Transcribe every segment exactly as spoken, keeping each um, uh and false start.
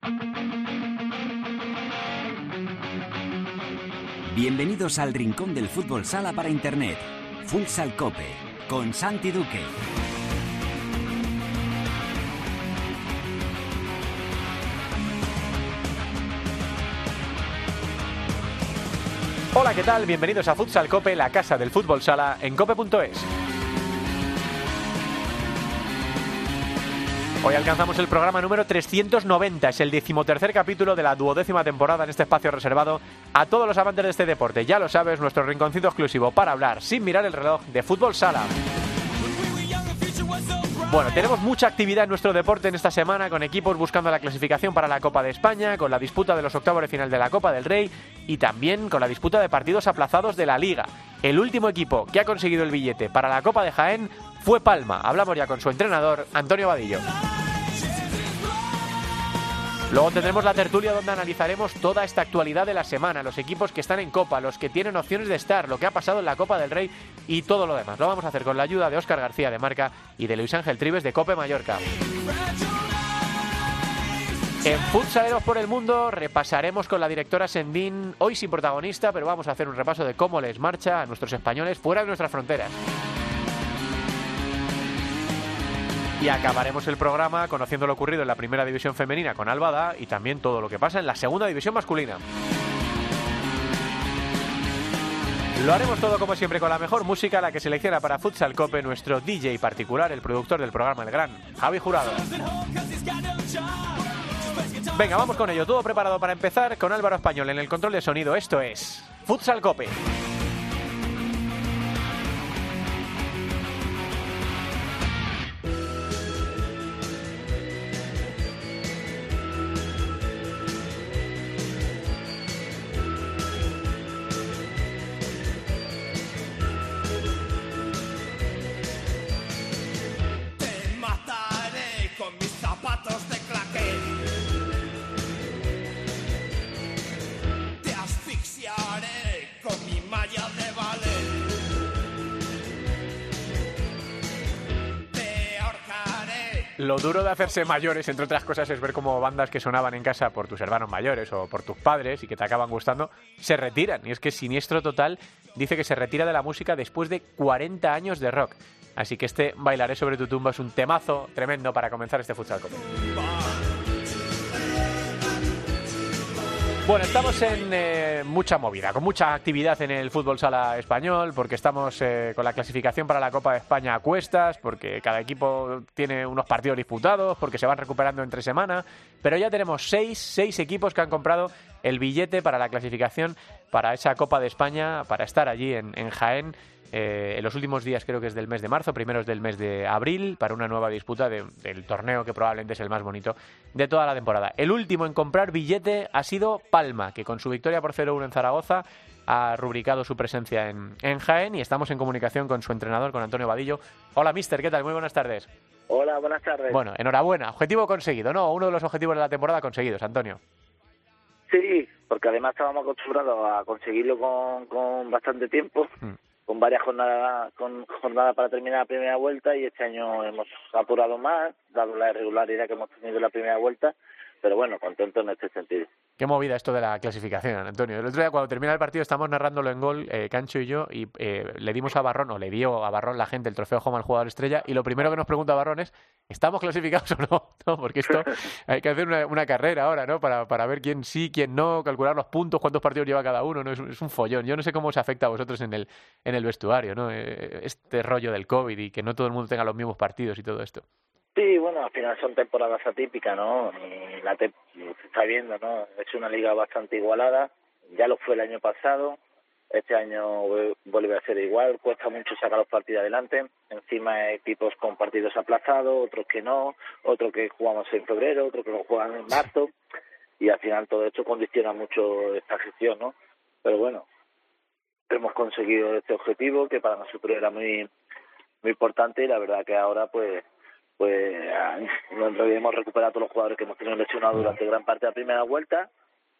Bienvenidos al rincón del fútbol sala para internet. Futsal Cope, con Santi Duque. Hola, ¿qué tal? Bienvenidos a Futsal Cope, la casa del fútbol sala en cope punto es. Hoy alcanzamos el programa número trescientos noventa, es el decimotercer capítulo de la duodécima temporada en este espacio reservado a todos los amantes de este deporte. Ya lo sabes, nuestro rinconcito exclusivo para hablar, sin mirar el reloj, de fútbol sala. Bueno, tenemos mucha actividad en nuestro deporte en esta semana, con equipos buscando la clasificación para la Copa de España, con la disputa de los octavos de final de la Copa del Rey y también con la disputa de partidos aplazados de la Liga. El último equipo que ha conseguido el billete para la Copa de Jaén fue Palma. Hablamos ya con su entrenador, Antonio Vadillo. Luego tendremos la tertulia donde analizaremos toda esta actualidad de la semana, los equipos que están en Copa, los que tienen opciones de estar, lo que ha pasado en la Copa del Rey y todo lo demás. Lo vamos a hacer con la ayuda de Óscar García de Marca y de Luis Ángel Trives de Cope Mallorca. En Futsaleros por el Mundo repasaremos con la directora Sendín, hoy sin protagonista, pero vamos a hacer un repaso de cómo les marcha a nuestros españoles fuera de nuestras fronteras. Y acabaremos el programa conociendo lo ocurrido en la primera división femenina con Albada y también todo lo que pasa en la segunda división masculina. Lo haremos todo como siempre con la mejor música, la que selecciona para Futsal Cope nuestro D J particular, el productor del programa, el gran Javi Jurado. Venga, vamos con ello, todo preparado para empezar con Álvaro Español en el control de sonido. Esto es Futsal Cope. Lo duro de hacerse mayores, entre otras cosas, es ver cómo bandas que sonaban en casa por tus hermanos mayores o por tus padres y que te acaban gustando, se retiran. Y es que Siniestro Total dice que se retira de la música después de cuarenta años de rock. Así que este Bailaré sobre tu tumba es un temazo tremendo para comenzar este Futsal Cope. Bueno, estamos en eh, mucha movida, con mucha actividad en el fútbol sala español, porque estamos eh, con la clasificación para la Copa de España a cuestas, porque cada equipo tiene unos partidos disputados, porque se van recuperando entre semana, pero ya tenemos seis, seis equipos que han comprado el billete para la clasificación para esa Copa de España, para estar allí en, en Jaén. Eh, en los últimos días, creo que es del mes de marzo, primeros del mes de abril, para una nueva disputa de, del torneo que probablemente es el más bonito de toda la temporada. El último en comprar billete ha sido Palma, que con su victoria por cero uno en Zaragoza ha rubricado su presencia en, en Jaén, y estamos en comunicación con su entrenador, con Antonio Vadillo. Hola, mister, ¿qué tal? Muy buenas tardes. Hola, buenas tardes. Bueno, enhorabuena, objetivo conseguido, ¿no? Uno de los objetivos de la temporada conseguidos, Antonio. Sí, porque además estábamos acostumbrados a conseguirlo con, con bastante tiempo. Mm. Con varias jornadas con jornadas para terminar la primera vuelta, y este año hemos apurado más, dado la irregularidad que hemos tenido en la primera vuelta, pero bueno, contento en este sentido. Qué movida esto de la clasificación, Antonio. El otro día, cuando termina el partido, estamos narrándolo en Gol, eh, Cancho y yo, y eh, le dimos a Barrón, o le dio a Barrón la gente el trofeo Home al jugador estrella, y lo primero que nos pregunta Barrón es, ¿estamos clasificados o no? No, porque esto hay que hacer una, una carrera ahora, ¿no? Para, para ver quién sí, quién no, calcular los puntos, cuántos partidos lleva cada uno, ¿no? Es, es un follón. Yo no sé cómo os afecta a vosotros en el, en el vestuario, ¿no? Eh, este rollo del COVID y que no todo el mundo tenga los mismos partidos y todo esto. Sí, bueno, al final son temporadas atípicas, ¿no? Y la te- se está viendo, ¿no? Es una liga bastante igualada, ya lo fue el año pasado, este año vuelve a ser igual, cuesta mucho sacar los partidos adelante, encima hay equipos con partidos aplazados, otros que no, otros que jugamos en febrero, otros que lo juegan en marzo, y al final todo esto condiciona mucho esta gestión, ¿no? Pero bueno, hemos conseguido este objetivo que para nosotros era muy muy importante, y la verdad que ahora pues pues en realidad hemos recuperado a todos los jugadores que hemos tenido lesionados durante gran parte de la primera vuelta,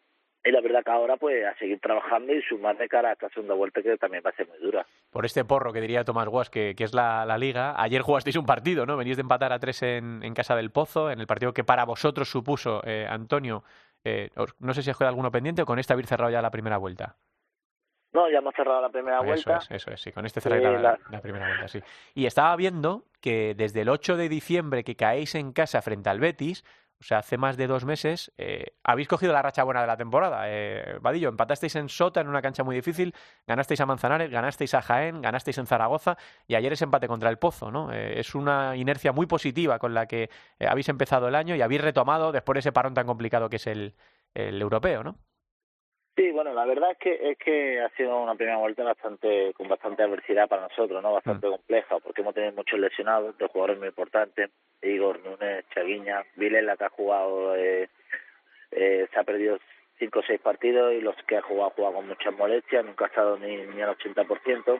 y la verdad que ahora pues a seguir trabajando y sumar de cara a esta segunda vuelta, que también va a ser muy dura. Por este porro que diría Tomás Guas, que, que es la, la Liga. Ayer jugasteis un partido, ¿no? Venís de empatar a tres en, en Casa del Pozo, en el partido que para vosotros supuso, eh, Antonio, eh, os, no sé si os queda alguno pendiente o con este habéis cerrado ya la primera vuelta. No, ya hemos cerrado la primera Eso vuelta. es, eso es, sí, con este cerráis Eh, la, la... la primera vuelta, sí. Y estaba viendo que desde el ocho de diciembre que caéis en casa frente al Betis, o sea, hace más de dos meses, eh, habéis cogido la racha buena de la temporada. Eh, Vadillo, empatasteis en Sota, en una cancha muy difícil, ganasteis a Manzanares, ganasteis a Jaén, ganasteis en Zaragoza y ayer ese empate contra el Pozo, ¿no? Eh, es una inercia muy positiva con la que eh, habéis empezado el año y habéis retomado después de ese parón tan complicado que es el, el europeo, ¿no? Sí, bueno, la verdad es que es que ha sido una primera vuelta bastante con bastante adversidad para nosotros, ¿no? Bastante mm. compleja, porque hemos tenido muchos lesionados, de jugadores muy importantes, Igor Núñez, Chaguiña, Vilela, que ha jugado, eh, eh, se ha perdido cinco o seis partidos, y los que ha jugado, ha jugado con muchas molestias, nunca ha estado ni, ni al ochenta por ciento.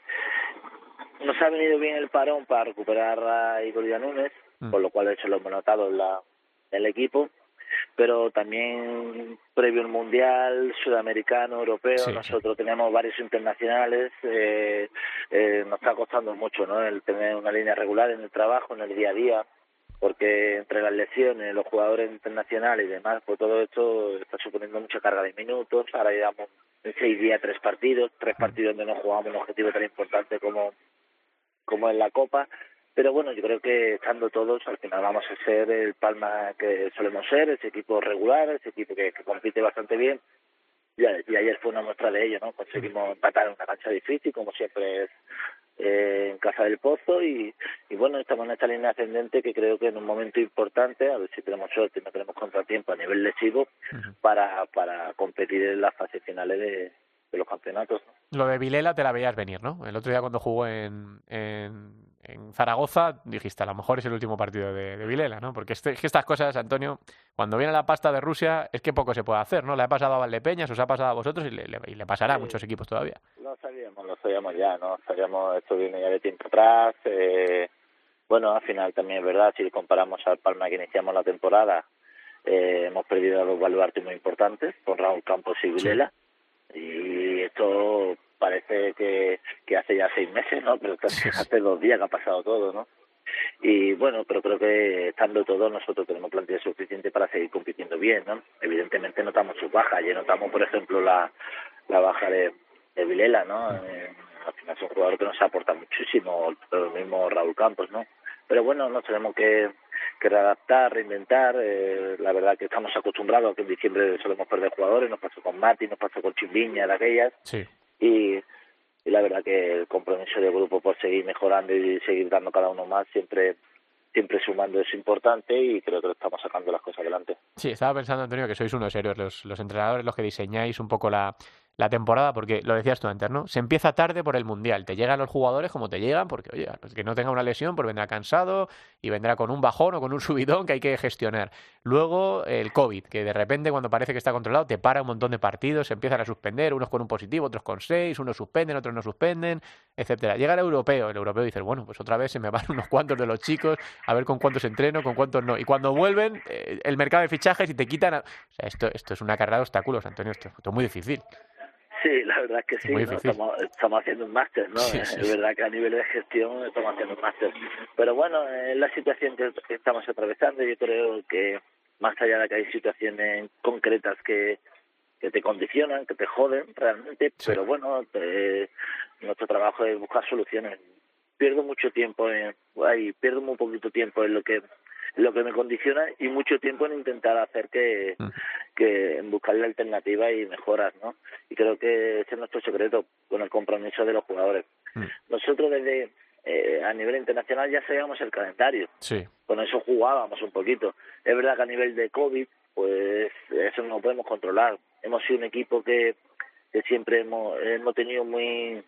Nos ha venido bien el parón para recuperar a Igor Núñez, mm. por lo cual eso lo hemos notado en, la, en el equipo. Pero también previo al Mundial Sudamericano, Europeo, sí, nosotros sí. tenemos varios internacionales, eh, eh, nos está costando mucho, ¿no?, el tener una línea regular en el trabajo, en el día a día, porque entre las lesiones, los jugadores internacionales y demás, pues todo esto está suponiendo mucha carga de minutos. Ahora llevamos en seis días tres partidos, tres partidos donde no jugamos un objetivo tan importante como, como en la Copa. Pero bueno, yo creo que estando todos, al final vamos a ser el Palma que solemos ser, ese equipo regular, ese equipo que, que compite bastante bien. Y, y ayer fue una muestra de ello, ¿no? Conseguimos empatar en una cancha difícil, como siempre es eh, en Casa del Pozo. Y, y bueno, estamos en esta línea ascendente que creo que en un momento importante, a ver si tenemos suerte y no tenemos contratiempo a nivel lesivo, uh-huh. para, para competir en las fases finales de, de los campeonatos, ¿no? Lo de Vilela te la veías venir, ¿no? El otro día cuando jugó en, en, en Zaragoza dijiste, a lo mejor es el último partido de, de Vilela, ¿no? Porque este, es que estas cosas, Antonio, cuando viene la pasta de Rusia es que poco se puede hacer, ¿no? Le ha pasado a Valdepeñas, os ha pasado a vosotros y le, le, y le pasará sí. a muchos equipos todavía. Lo sabíamos, lo sabíamos ya, ¿no? Sabíamos, esto viene ya de tiempo atrás. Eh, bueno, al final también es verdad, si comparamos al Palma que iniciamos la temporada, eh, hemos perdido a dos baluartes muy importantes, con Raúl Campos y Vilela. Sí. Y esto parece que, que hace ya seis meses, ¿no? Pero hace dos días que ha pasado todo, ¿no? Y bueno, pero creo que estando todos nosotros tenemos plantilla suficiente para seguir compitiendo bien, ¿no? Evidentemente notamos sus bajas, ya notamos, por ejemplo, la, la baja de, de Vilela, ¿no? Eh, al final es un jugador que nos aporta muchísimo, lo mismo Raúl Campos, ¿no? Pero bueno, nos tenemos que, que readaptar, reinventar. Eh, la verdad que estamos acostumbrados a que en diciembre solemos perder jugadores. Nos pasó con Mati, nos pasó con Chimbiña, de aquellas. Sí. Y, y la verdad que el compromiso del grupo por seguir mejorando y seguir dando cada uno más, siempre siempre sumando, es importante, y creo que lo estamos sacando las cosas adelante. Sí, estaba pensando, Antonio, que sois unos serios los, los entrenadores, los que diseñáis un poco la, la temporada, porque lo decías tú antes, ¿no? Se empieza tarde por el Mundial, te llegan los jugadores como te llegan, porque, oye, el que no tenga una lesión, pues vendrá cansado y vendrá con un bajón o con un subidón que hay que gestionar. Luego el COVID, que de repente cuando parece que está controlado te para un montón de partidos, se empiezan a suspender, unos con un positivo, otros con seis, unos suspenden, otros no suspenden, etcétera. Llega el europeo, el europeo dice, bueno, pues otra vez se me van unos cuantos de los chicos, a ver con cuántos entreno, con cuántos no. Y cuando vuelven, eh, el mercado de fichajes y te quitan... A... O sea, esto, esto es una carrera de obstáculos, Antonio, esto, esto es muy difícil. Sí, la verdad es que sí, ¿no? estamos, estamos haciendo un máster, ¿no? Sí, sí, es verdad que a nivel de gestión estamos haciendo un máster. Pero bueno, en la situación que estamos atravesando, yo creo que más allá de que hay situaciones concretas que, que te condicionan, que te joden realmente, sí. pero bueno, te, nuestro trabajo es buscar soluciones. Pierdo mucho tiempo, en, ay, pierdo muy poquito tiempo en lo que lo que me condiciona y mucho tiempo en intentar hacer que, mm. que en buscarle alternativas y mejoras, ¿no? Y creo que ese es nuestro secreto, con el compromiso de los jugadores. Mm. Nosotros desde eh, a nivel internacional ya sabíamos el calendario, sí. con eso jugábamos un poquito. Es verdad que a nivel de COVID, pues eso no lo podemos controlar. Hemos sido un equipo que, que siempre hemos, hemos tenido muy...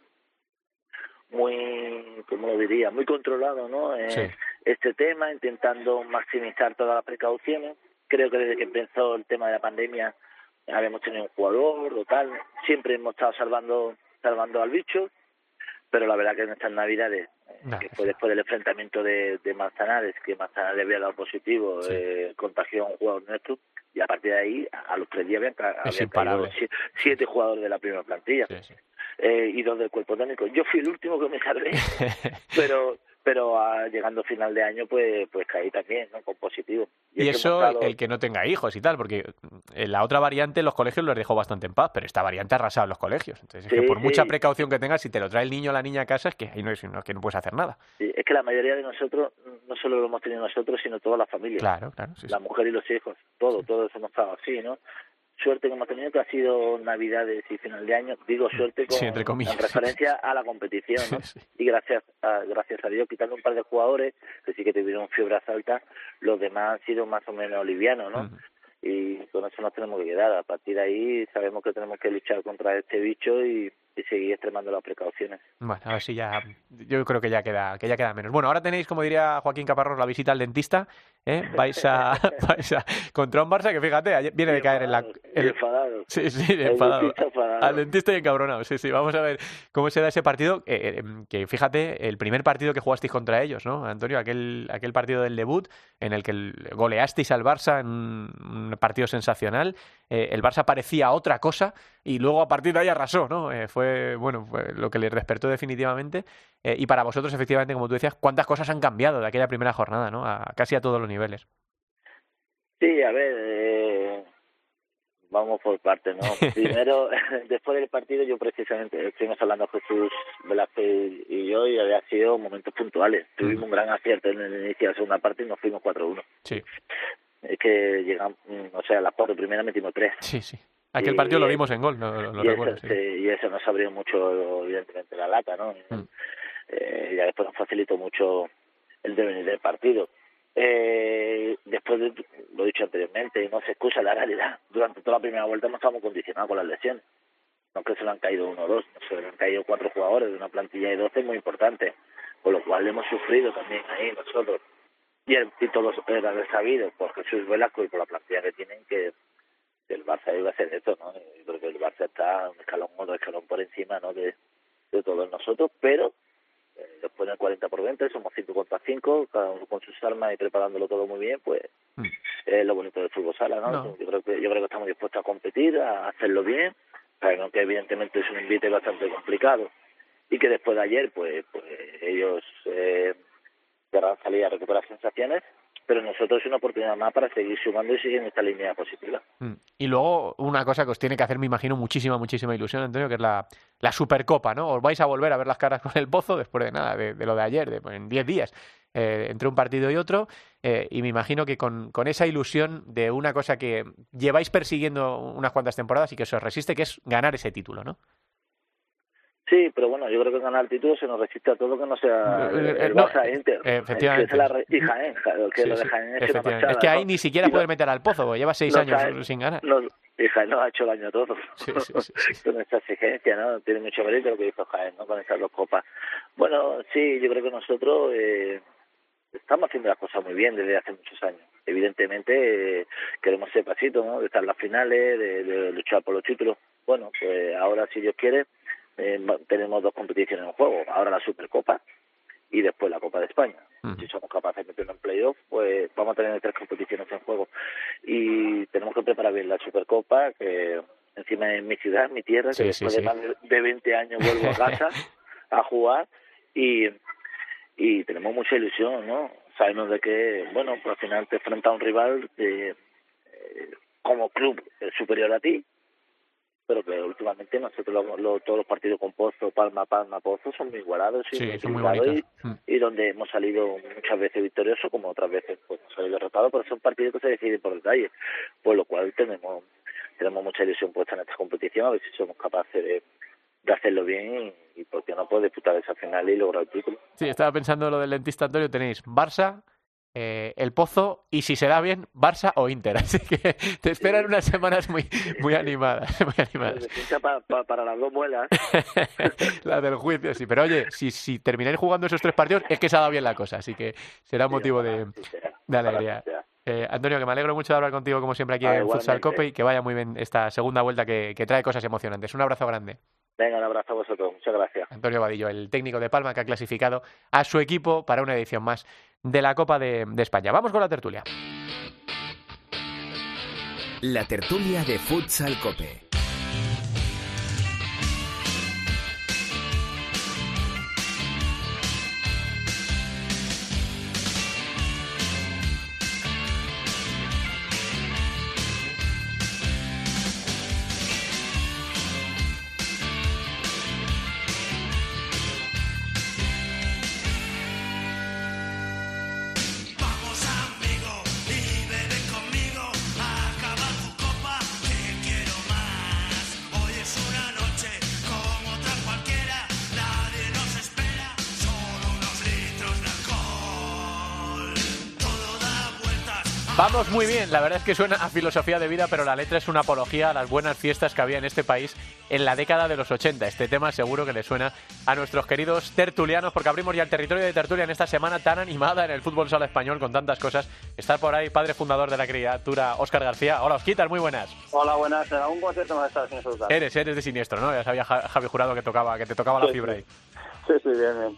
muy, ¿cómo lo diría?, muy controlado, ¿no? Eh, sí. Este tema, intentando maximizar todas las precauciones. Creo que desde que empezó el tema de la pandemia habíamos tenido un jugador o tal, siempre hemos estado salvando salvando al bicho, pero la verdad que en estas navidades, no, que fue después del enfrentamiento de, de Manzanares, que Manzanares había dado positivo, sí. eh, contagió a un jugador nuestro, Y a partir de ahí, a los tres días habían, habían caído siete, siete jugadores de la primera plantilla. Sí, sí. Eh, y dos del cuerpo técnico. Yo fui el último que me salvé, pero pero a, llegando a final de año pues pues caí también, ¿no? Con positivo. Y, y eso, dado... el que no tenga hijos y tal, porque en la otra variante los colegios los dejó bastante en paz, pero esta variante ha arrasado los colegios. Entonces es sí, que por sí. mucha precaución que tengas, si te lo trae el niño o la niña a casa, es que ahí no, es, no, es que no puedes hacer nada. Sí, es que la mayoría de nosotros, no solo lo hemos tenido nosotros, sino toda la familia. Claro, claro. Sí, la sí. mujer y los hijos, todo, sí. todos hemos estado así, ¿no? Suerte que hemos tenido, que ha sido Navidades y final de año, digo suerte con, sí, entre comillas, en referencia a la competición, ¿no? Sí, sí. Y gracias a, gracias a Dios, quitando un par de jugadores que sí que tuvieron fiebre alta, los demás han sido más o menos livianos, ¿no? Uh-huh. Y con eso nos tenemos que quedar. A partir de ahí sabemos que tenemos que luchar contra este bicho y, y seguir extremando las precauciones. Bueno, a ver si ya, yo creo que ya queda, que ya queda menos. Bueno, ahora tenéis, como diría Joaquín Caparrós, la visita al dentista, ¿eh? Vais a, vais a contra un Barça que, fíjate, ayer viene de caer en la... El, enfadado. Sí, sí, de enfadado. Dentista enfadado. Al dentista y encabronado, sí, sí. Vamos a ver cómo se da ese partido, eh, que fíjate, el primer partido que jugasteis contra ellos, ¿no, Antonio? Aquel, aquel partido del debut en el que goleasteis al Barça en un partido sensacional. Eh, el Barça parecía otra cosa y luego a partir de ahí arrasó, ¿no? Eh, fue, bueno, fue lo que les despertó definitivamente. Eh, y para vosotros, efectivamente, como tú decías, ¿cuántas cosas han cambiado de aquella primera jornada, ¿no? A, casi a todos los niveles. Sí, a ver, eh, vamos por partes, ¿no? Primero, después del partido, yo precisamente, estuvimos hablando Jesús Velázquez y yo, y había sido momentos puntuales. Tuvimos un gran acierto en el inicio de la segunda parte y nos fuimos cuatro uno. Sí. Es que llegamos, o sea, a las cuatro primeras metimos tres. Sí, sí. Aquel y, partido lo vimos en gol, no, lo y recuerdo. Eso, sí. Sí, y eso nos abrió mucho, evidentemente, la lata, ¿no? Mm. Eh, ya después nos facilitó mucho el devenir del partido. Eh, después, de, lo he dicho anteriormente, no se excusa la realidad. Durante toda la primera vuelta no estábamos condicionados con las lesiones. No que se le han caído uno o dos, no se le han caído cuatro jugadores de una plantilla de doce muy importante, con lo cual hemos sufrido también ahí nosotros. Y, el, y todos eran sabidos por Jesús Velasco y por la plantilla que tienen que el Barça iba a hacer esto, ¿no? Yo creo que el Barça está un escalón o dos escalón por encima, ¿no? De, de todos nosotros, pero eh, después del cuarenta por veinte somos cinco contra cinco, cada uno con sus armas y preparándolo todo muy bien, pues mm. es lo bonito del fútbol sala, ¿no? no. Yo creo que yo creo que estamos dispuestos a competir, a hacerlo bien, sabemos que evidentemente es un invite bastante complicado y que después de ayer, pues, pues ellos eh, querrán salir a recuperar sensaciones, pero nosotros es una oportunidad más para seguir sumando y seguir en esta línea positiva. Y luego una cosa que os tiene que hacer, me imagino, muchísima, muchísima ilusión, Antonio, que es la, la Supercopa, ¿no? Os vais a volver a ver las caras con el Pozo después de nada, de, de lo de ayer, de, pues, en diez días, eh, entre un partido y otro, eh, y me imagino que con, con esa ilusión de una cosa que lleváis persiguiendo unas cuantas temporadas y que se os resiste, que es ganar ese título, ¿no? Sí, pero bueno, yo creo que ganar el título se nos resiste a todo que no sea el, el no, Barça Inter. Efectivamente. Que la, y Jaén, que sí, lo de Jaén es una machada. Es que ahí ¿no? ni siquiera y puede no, meter al Pozo, porque lleva seis años Jaén, sin ganar. No, y Jaén nos ha hecho daño a todos. Sí, sí, sí, sí. Con esta exigencia, ¿no? Tiene mucho mérito lo que hizo Jaén, ¿no? Con estas dos copas. Bueno, sí, yo creo que nosotros eh, estamos haciendo las cosas muy bien desde hace muchos años. Evidentemente eh, queremos ese pasito, ¿no? De estar en las finales, de, de luchar por los títulos. Bueno, pues ahora, si Dios quiere, Eh, tenemos dos competiciones en juego, ahora la Supercopa y después la Copa de España. Uh-huh. Si somos capaces de meternos en playoff, pues vamos a tener tres competiciones en juego y tenemos que preparar bien la Supercopa, que encima es mi ciudad, mi tierra, sí, que sí, después sí. de más de veinte años vuelvo a casa a jugar y, y tenemos mucha ilusión, ¿no? Sabemos de que, bueno, pues al final te enfrenta a un rival que eh, como club es superior a ti, pero que últimamente nosotros lo, lo, todos los partidos con Pozo, Palma, Palma, Pozo son muy igualados y, sí, son muy y, y donde hemos salido muchas veces victoriosos, como otras veces pues hemos salido derrotados, pero son partidos que se deciden por detalle, por lo cual tenemos tenemos mucha ilusión puesta en esta competición, a ver si somos capaces de, de hacerlo bien y, y por qué no puedo disputar esa final y lograr el título. Sí, estaba pensando lo del dentista, Antonio, tenéis Barça, Eh, el Pozo y, si se da bien, Barça o Inter, así que te esperan unas semanas muy muy animadas, muy animadas. Para, para, para las dos muelas. La del juicio, sí, pero oye, si, si termináis jugando esos tres partidos es que se ha dado bien la cosa, así que será sí, motivo de, de alegría. Eh, Antonio, que me alegro mucho de hablar contigo como siempre aquí ah, en Futsal Cope y que vaya muy bien esta segunda vuelta que, que trae cosas emocionantes. Un abrazo grande. Venga, un abrazo a vosotros. Muchas gracias. Antonio Vadillo, el técnico de Palma, que ha clasificado a su equipo para una edición más de la Copa de, de España. Vamos con la tertulia. La tertulia de Futsal Cope. Vamos muy bien, la verdad es que suena a filosofía de vida, pero la letra es una apología a las buenas fiestas que había en este país en la década de los ochenta. Este tema seguro que le suena a nuestros queridos tertulianos, porque abrimos ya el territorio de tertulia en esta semana tan animada en el fútbol sala español con tantas cosas. Está por ahí padre fundador de la criatura, Óscar García. Hola, Osquitas, muy buenas. Hola, buenas. En algún concierto me estás sin insultar. Eres, eres de Siniestro, ¿no? Ya sabía Javi Jurado que, tocaba, que te tocaba la sí, fibra sí. ahí. Sí, sí, bien, bien.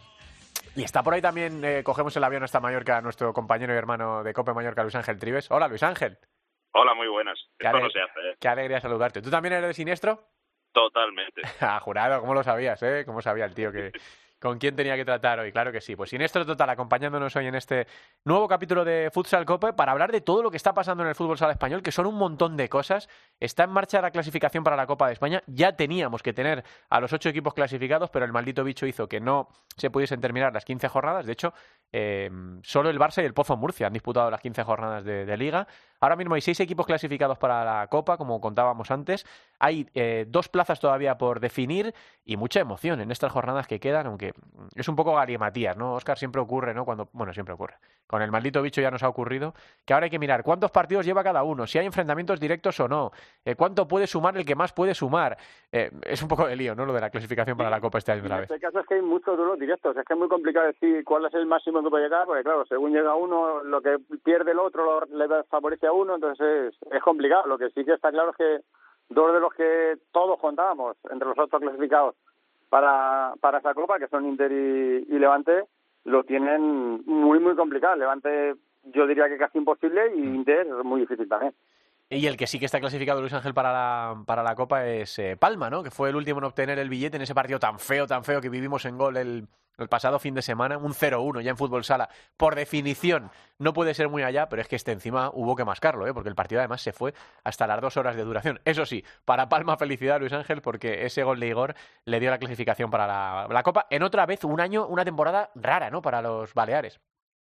Y está por ahí también, eh, cogemos el avión hasta Mallorca, nuestro compañero y hermano de Cope Mallorca, Luis Ángel Trives. Hola, Luis Ángel. Hola, muy buenas. Qué Esto ale- no se hace, ¿eh? Qué alegría saludarte. ¿Tú también eres de Siniestro? Totalmente. Ah, Jurado, ¿cómo lo sabías, eh? ¿Cómo sabía el tío que con quién tenía que tratar hoy? Claro que sí. Pues Siniestro total, acompañándonos hoy en este nuevo capítulo de Futsal Cope para hablar de todo lo que está pasando en el fútbol sala español, que son un montón de cosas. Está en marcha la clasificación para la Copa de España. Ya teníamos que tener a los ocho equipos clasificados, pero el maldito bicho hizo que no se pudiesen terminar las quince jornadas. De hecho, eh, solo el Barça y el Pozo Murcia han disputado las quince jornadas de, de Liga. Ahora mismo hay seis equipos clasificados para la Copa, como contábamos antes. Hay eh, dos plazas todavía por definir y mucha emoción en estas jornadas que quedan, aunque es un poco galimatías, ¿no? Óscar, siempre ocurre, ¿no? Cuando, bueno, siempre ocurre. Con el maldito bicho ya nos ha ocurrido que ahora hay que mirar cuántos partidos lleva cada uno, si hay enfrentamientos directos o no, eh, cuánto puede sumar el que más puede sumar. Eh, es un poco de lío, ¿no? Lo de la clasificación para la Copa este año otra En vez. este caso es que hay muchos duelos directos. Es que es muy complicado decir cuál es el máximo que puede llegar, porque claro, según llega uno, lo que pierde el otro lo, le favorece a uno, entonces es, es complicado. Lo que sí que está claro es que dos de los que todos contábamos, entre los otros clasificados para, para esa Copa, que son Inter y, y Levante, lo tienen muy, muy complicado. Levante yo diría que casi imposible y Inter es muy difícil también. Y el que sí que está clasificado, Luis Ángel, para la, para la Copa es eh, Palma, ¿no? Que fue el último en obtener el billete en ese partido tan feo, tan feo que vivimos en Gol el, el pasado fin de semana. Un cero uno ya en fútbol sala. Por definición, no puede ser muy allá, pero es que este encima hubo que mascarlo, ¿eh? Porque el partido además se fue hasta las dos horas de duración. Eso sí, para Palma felicidad, Luis Ángel, porque ese gol de Igor le dio la clasificación para la, la Copa. En otra vez, un año, una temporada rara, ¿no? Para los Baleares.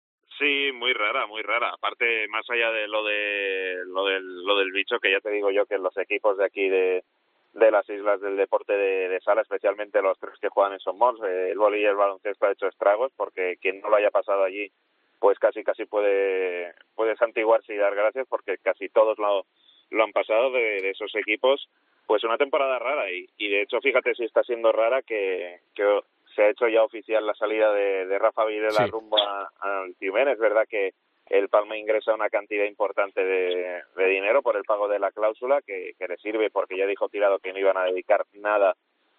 Sí, muy rara, muy rara. Aparte, más allá de lo de lo del, lo del bicho, que ya te digo yo que los equipos de aquí de, de las islas del deporte de, de sala, especialmente los tres que juegan en Somos, eh, el vóley y el baloncesto ha hecho estragos, porque quien no lo haya pasado allí, pues casi casi puede puede santiguarse y dar gracias, porque casi todos lo, lo han pasado de, de esos equipos. Pues una temporada rara, y, y de hecho, fíjate si está siendo rara que... que se ha hecho ya oficial la salida de, de Rafa Videla sí. rumbo al Tiumen. Es verdad que el Palma ingresa una cantidad importante de, de dinero por el pago de la cláusula, que, que le sirve, porque ya dijo Tirado que no iban a dedicar nada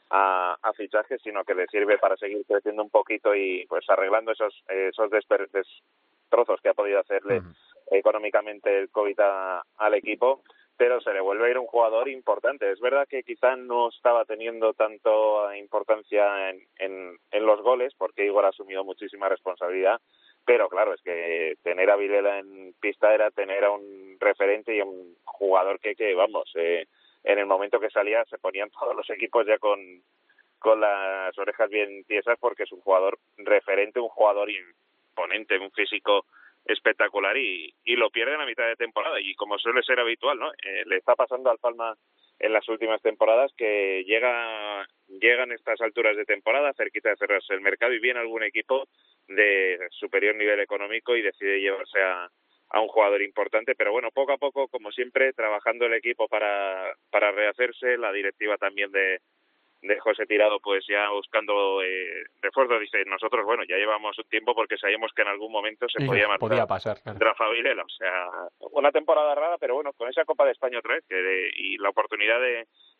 a, a fichajes, sino que le sirve para seguir creciendo un poquito y pues arreglando esos esos desper, destrozos que ha podido hacerle uh-huh. económicamente el COVID a, al equipo. Pero se le vuelve a ir un jugador importante. Es verdad que quizá no estaba teniendo tanto importancia en, en, en los goles, porque Igor ha asumido muchísima responsabilidad, pero claro, es que tener a Vilela en pista era tener a un referente y a un jugador que, que vamos, eh, en el momento que salía se ponían todos los equipos ya con, con las orejas bien tiesas, porque es un jugador referente, un jugador imponente, un físico espectacular, y, y lo pierde en la mitad de temporada, y como suele ser habitual, ¿no? Eh, le está pasando al Palma en las últimas temporadas que llega llegan estas alturas de temporada, cerquita de cerrarse el mercado, y viene algún equipo de superior nivel económico y decide llevarse a, a un jugador importante. Pero bueno, poco a poco, como siempre, trabajando el equipo para, para rehacerse, la directiva también de de José Tirado, pues ya buscando eh, refuerzos. Dice, nosotros, bueno, ya llevamos un tiempo porque sabíamos que en algún momento se sí, podía marchar podía pasar, claro. Rafa Vilela. O sea, una temporada rara, pero bueno, con esa Copa de España otra vez, que de, y la oportunidad de,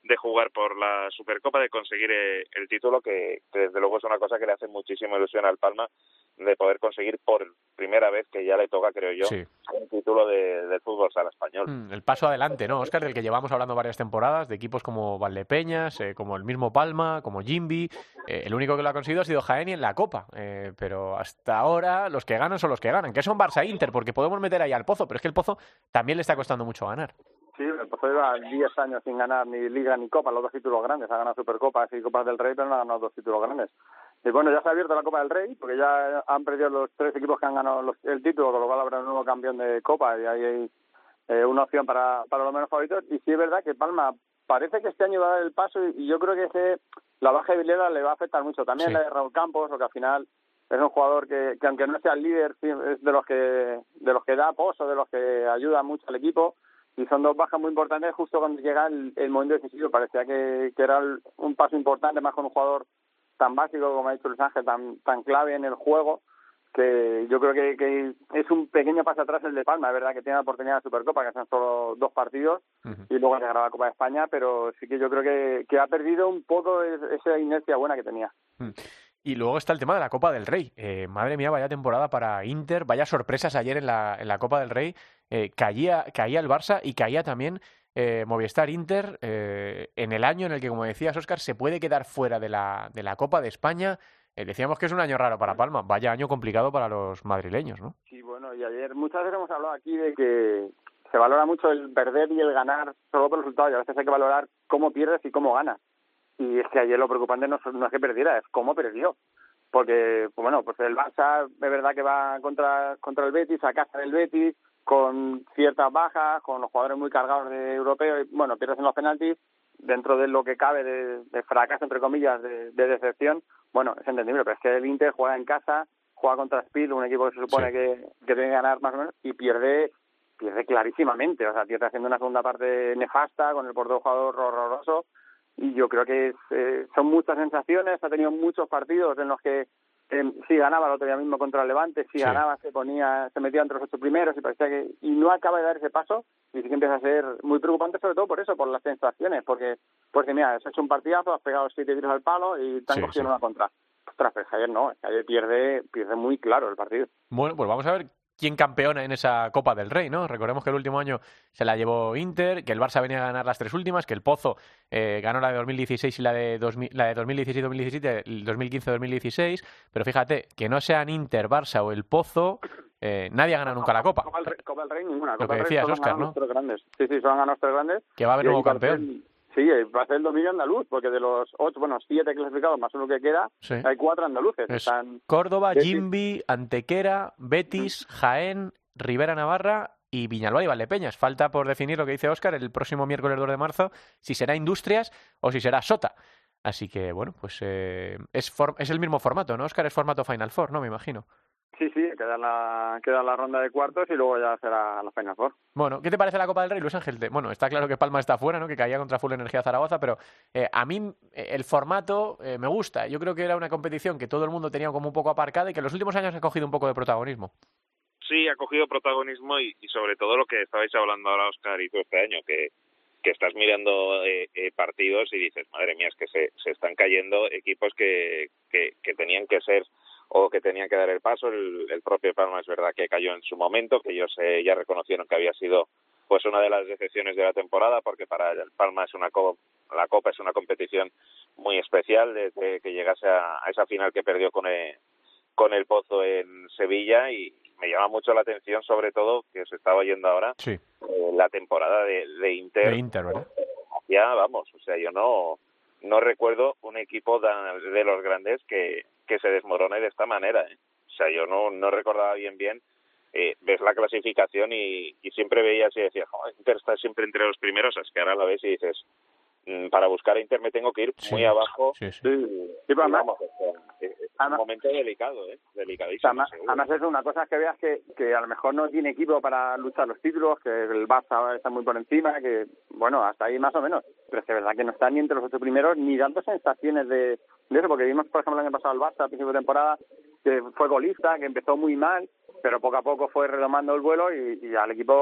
de jugar por la Supercopa, de conseguir eh, el título, que, que desde luego es una cosa que le hace muchísima ilusión al Palma, de poder conseguir por primera vez, que ya le toca, creo yo, sí. un título de, del fútbol sala español. Mm, el paso adelante, ¿no, Óscar? Del que llevamos hablando varias temporadas, de equipos como Valdepeñas, eh, como el mismo Palma, como Jimby. Eh, el único que lo ha conseguido ha sido Jaén y en la Copa. Eh, pero hasta ahora los que ganan son los que ganan, que son Barça-Inter, porque podemos meter ahí al Pozo, pero es que el Pozo también le está costando mucho ganar. Sí, el Pozo lleva diez años sin ganar ni Liga ni Copa, los dos títulos grandes. Ha ganado Supercopas y Copas del Rey, pero no ha ganado dos títulos grandes. Y bueno, ya se ha abierto la Copa del Rey, porque ya han perdido los tres equipos que han ganado los, el título, con lo cual habrá un nuevo campeón de Copa y ahí hay eh, una opción para, para los menos favoritos. Y sí es verdad que Palma parece que este año va a dar el paso y, y yo creo que ese, la baja de Vilera le va a afectar mucho. También sí. La de Raúl Campos, porque al final es un jugador que, que aunque no sea el líder, sí, es de los que de los que da pozo, de los que ayuda mucho al equipo. Y son dos bajas muy importantes justo cuando llega el, el momento decisivo. Parecía que, que era el, un paso importante, más con un jugador tan básico, como ha dicho Luis Ángel, tan, tan clave en el juego, que yo creo que, que es un pequeño paso atrás el de Palma. Es verdad que tiene la oportunidad de Supercopa, que son solo dos partidos, uh-huh. y luego llegará la Copa de España, pero sí que yo creo que, que ha perdido un poco esa inercia buena que tenía. Uh-huh. Y luego está el tema de la Copa del Rey. Eh, madre mía, vaya temporada para Inter, vaya sorpresas ayer en la, en la Copa del Rey. Eh, caía, caía el Barça y caía también eh, Movistar Inter eh, en el año en el que, como decías, Óscar, se puede quedar fuera de la, de la Copa de España. Eh, decíamos que es un año raro para Palma, vaya año complicado para los madrileños, ¿no? Sí, bueno, y ayer muchas veces hemos hablado aquí de que se valora mucho el perder y el ganar solo por resultados, y a veces hay que valorar cómo pierdes y cómo ganas. Y es que ayer lo preocupante no, no es que perdiera, es cómo perdió. Porque, pues bueno, pues el Barça es verdad que va contra contra el Betis, a casa del Betis, con ciertas bajas, con los jugadores muy cargados de europeos, y bueno, pierdes en los penaltis, dentro de lo que cabe de, de fracaso, entre comillas, de, de decepción. Bueno, es entendible, pero es que el Inter juega en casa, juega contra Spil, un equipo que se supone sí. que, que tiene que ganar más o menos, y pierde pierde clarísimamente. O sea, pierde haciendo una segunda parte nefasta, con el portero jugador horroroso. Y yo creo que es, eh, son muchas sensaciones. Ha tenido muchos partidos en los que eh, si ganaba el otro día mismo contra el Levante, si sí. ganaba se ponía, se metía entre los ocho primeros y parecía que y no acaba de dar ese paso, y sí que empieza a ser muy preocupante, sobre todo por eso, por las sensaciones, porque pues mira, has hecho un partidazo, has pegado siete tiros al palo y te han sí, cogido sí. una contra. Ostras, pues ayer no, ayer pierde, pierde muy claro el partido. Bueno, pues vamos a ver quién campeona en esa Copa del Rey, ¿no? Recordemos que el último año se la llevó Inter, que el Barça venía a ganar las tres últimas, que el Pozo eh, ganó la de dos mil dieciséis y la de, dos mil, la de dos mil dieciséis dos mil diecisiete, el dos mil quince dos mil dieciséis, pero fíjate, que no sean Inter, Barça o el Pozo, eh, nadie ha ganado nunca la Copa. Copa del Rey, Copa del Rey ninguna. Lo que decías, Óscar, ¿no? Los tres grandes. Sí, sí, son ganado los tres grandes. Que va a haber nuevo campeón. Sí, va a ser el dominio andaluz, porque de los ocho, bueno, siete clasificados más uno que queda, sí. hay cuatro andaluces. Es Están Córdoba, Jimby, Antequera, Betis, Jaén, Rivera Navarra y Viñalbal y Valdepeñas. Falta por definir lo que dice Óscar el próximo miércoles dos de marzo, si será Industrias o si será Sota. Así que, bueno, pues eh, es, for- es el mismo formato, ¿no, Óscar? Es formato Final Four, ¿no? Me imagino. Sí, sí, queda la, queda la ronda de cuartos y luego ya será la Final Four. Bueno, ¿qué te parece la Copa del Rey, Luis Ángel? Bueno, está claro que Palma está fuera, ¿no? Que caía contra Full Energía Zaragoza, pero eh, a mí eh, el formato eh, me gusta. Yo creo que era una competición que todo el mundo tenía como un poco aparcada y que en los últimos años ha cogido un poco de protagonismo. Sí, ha cogido protagonismo y, y sobre todo lo que estabais hablando ahora, Óscar, y tú este año, que, que estás mirando eh, eh, partidos y dices, madre mía, es que se, se están cayendo equipos que, que, que tenían que ser o que tenían que dar el paso. El, el propio Palma es verdad que cayó en su momento, que ellos eh, ya reconocieron que había sido pues una de las decepciones de la temporada, porque para el Palma es una co- la Copa es una competición muy especial desde que llegase a, a esa final que perdió con el, con el Pozo en Sevilla, y me llama mucho la atención, sobre todo, que se estaba oyendo ahora, sí. eh, la temporada de, de Inter. De Inter, ¿verdad? Ya, vamos, o sea, yo no no recuerdo un equipo de los grandes que, que se desmorone de esta manera, ¿eh? O sea, yo no, no recordaba bien bien, eh, ves la clasificación y, y siempre veías y decías, oh, Inter está siempre entre los primeros, es que ahora lo ves y dices, para buscar a Inter me tengo que ir sí, muy abajo. Sí, sí. Sí, sí, vamos, o sea, es un momento delicado, ¿eh? Delicadísimo. Además, además es una cosa que veas que, que a lo mejor no tiene equipo para luchar los títulos, que el Barça está muy por encima, que bueno, hasta ahí más o menos. Pero es que es verdad que no está ni entre los ocho primeros, ni dando sensaciones de, de eso, porque vimos, por ejemplo, el año pasado el Barça, a principio de temporada, que fue golista, que empezó muy mal, pero poco a poco fue redomando el vuelo y, y al equipo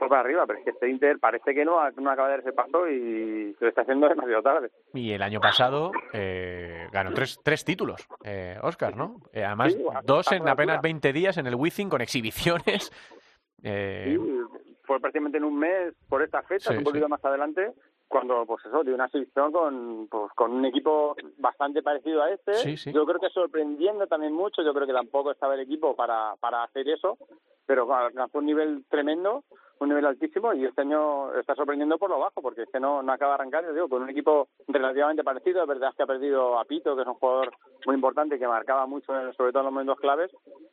fue para arriba, pero es que este Inter parece que no, no acaba de dar ese paso y se lo está haciendo demasiado tarde. Y el año pasado eh, ganó tres, tres títulos, eh, Óscar, ¿no? Eh, además, Sí, dos en a- a- apenas veinte días en el Wizzing con exhibiciones. Eh, Sí, fue prácticamente en un mes por esta fecha, Sí, un poquito sí. más adelante, cuando, pues eso, dio una selección con, pues, con un equipo bastante parecido a este. Sí, sí. Yo creo que sorprendiendo también mucho, yo creo que tampoco estaba el equipo para, para hacer eso, pero alcanzó un nivel tremendo, un nivel altísimo, y este año está sorprendiendo por lo bajo, porque es que no, no acaba de arrancar, yo digo, con un equipo relativamente parecido. Es verdad que ha perdido a Pito, que es un jugador muy importante y que marcaba mucho, sobre todo en los momentos claves,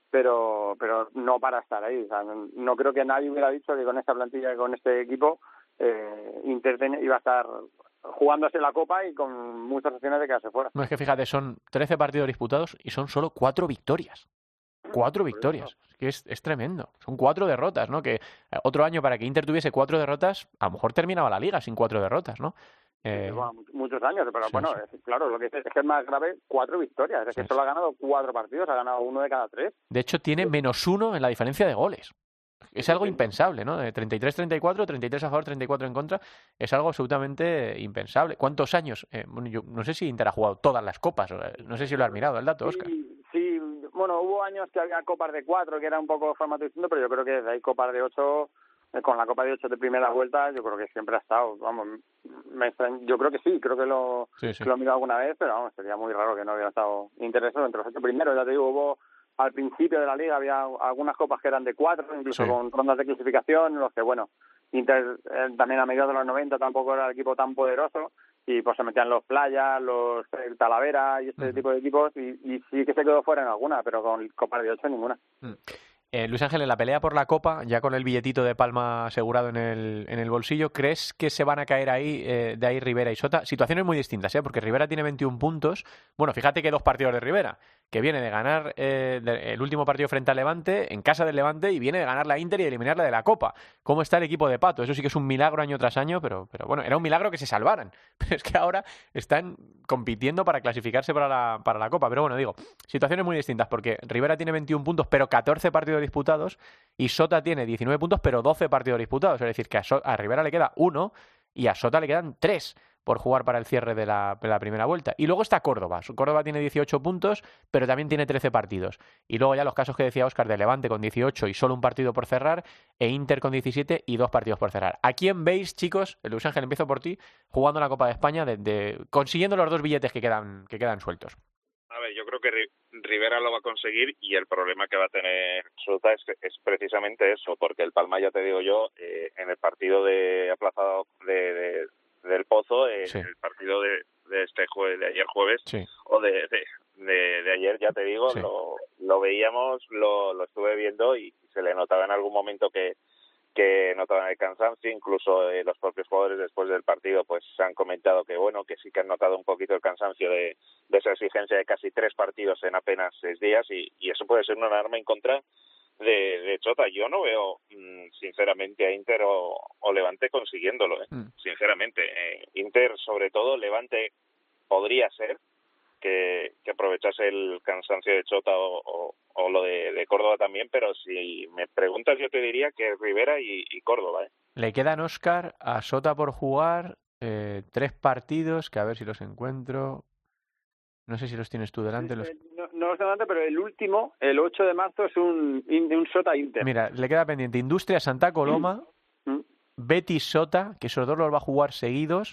pero pero no para estar ahí. O sea, no, no creo que nadie hubiera dicho que con esta plantilla, con este equipo, eh, Inter ten- iba a estar jugándose la Copa y con muchas opciones de quedarse fuera. no es que fíjate, son trece partidos disputados y son solo cuatro victorias. Cuatro victorias. Es que es, es tremendo. Son cuatro derrotas, ¿no? Que eh, otro año para que Inter tuviese cuatro derrotas, a lo mejor terminaba la liga sin cuatro derrotas, ¿no? Eh, Lleva mu- muchos años, pero sí, bueno, sí. es- claro, lo que es, es que es más grave, cuatro victorias. Es Sí, que solo ha ganado cuatro partidos, ha ganado uno de cada tres. De hecho, tiene menos uno en la diferencia de goles. Es algo impensable, ¿no? De treinta y tres treinta y cuatro, treinta y tres a favor, treinta y cuatro en contra. Es algo absolutamente impensable. ¿Cuántos años? Eh, bueno, yo no sé si Inter ha jugado todas las copas. eh, No sé si lo has mirado el dato, Óscar. Sí, sí, bueno, hubo años que había copas de cuatro, que era un poco formato distinto, pero yo creo que desde ahí copas de ocho, eh, con la copa de ocho de primera vuelta, yo creo que siempre ha estado, vamos, me extraña- yo creo que sí, creo que lo, Sí, sí. que lo he mirado alguna vez, pero vamos, sería muy raro que no hubiera estado interesado entre los ocho primeros. Ya te digo, hubo al principio de la liga había algunas copas que eran de cuatro, incluso Sí. con rondas de clasificación, en los que, bueno, Inter eh, también a mediados de los noventa tampoco era el equipo tan poderoso, y pues se metían los Playas, los el Talavera y este Ujú. tipo de equipos, y, y sí que se quedó fuera en alguna, pero con copas de ocho ninguna. Mm. Eh, Luis Ángel, en la pelea por la Copa, ya con el billetito de Palma asegurado en el, en el bolsillo, ¿crees que se van a caer ahí, eh, de ahí Rivera y Sota? Situaciones muy distintas, ¿eh? Porque Rivera tiene veintiún puntos. Bueno, fíjate que dos partidos de Rivera, que viene de ganar eh, de- el último partido frente al Levante, en casa del Levante, y viene de ganar la Inter y eliminarla de la Copa. ¿Cómo está el equipo de Pato? Eso sí que es un milagro año tras año, pero, pero bueno, era un milagro que se salvaran. Pero es que ahora están compitiendo para clasificarse para la, para la Copa. Pero bueno, digo, situaciones muy distintas, porque Rivera tiene veintiún puntos, pero catorce partidos disputados, y Sota tiene diecinueve puntos, pero doce partidos disputados. Es decir, que a, So- a Rivera le queda uno y a Sota le quedan tres por jugar para el cierre de la, de la primera vuelta. Y luego está Córdoba. Córdoba tiene dieciocho puntos, pero también tiene trece partidos. Y luego ya los casos que decía Óscar de Levante con dieciocho y solo un partido por cerrar, e Inter con diecisiete y dos partidos por cerrar. ¿A quién veis, chicos? Luis Ángel, empiezo por ti, jugando la Copa de España, de, de- consiguiendo los dos billetes que quedan, que quedan sueltos? A ver, yo creo que Ri- Rivera lo va a conseguir, y el problema que va a tener Sota es, es precisamente eso, porque el Palma, ya te digo yo, eh, en el partido de aplazado de, de- del Pozo, eh, Sí. el partido de, de este jueves, de ayer jueves, Sí. o de, de, de, de ayer, ya te digo, Sí. lo, lo veíamos, lo, lo estuve viendo, y se le notaba en algún momento que que notaban el cansancio. Incluso eh, los propios jugadores después del partido pues han comentado que bueno, que sí que han notado un poquito el cansancio de, de esa exigencia de casi tres partidos en apenas seis días, y, y eso puede ser una arma en contra de, de Chota. Yo no veo mmm, sinceramente a Inter o, o Levante consiguiéndolo, ¿eh? mm. sinceramente. Eh, Inter sobre todo, Levante podría ser que, que aprovechase el cansancio de Chota o, o, o lo de, de Córdoba también, pero si me preguntas yo te diría que Rivera y, y Córdoba. ¿eh? Le quedan, Óscar, a Sota por jugar eh, tres partidos, que a ver si los encuentro. No sé si los tienes tú delante. Los... No, no los tengo delante, pero el último, el ocho de marzo, es un, un Sota Inter. Mira, le queda pendiente Industria Santa Coloma, mm. Betis Sota, que esos dos los va a jugar seguidos,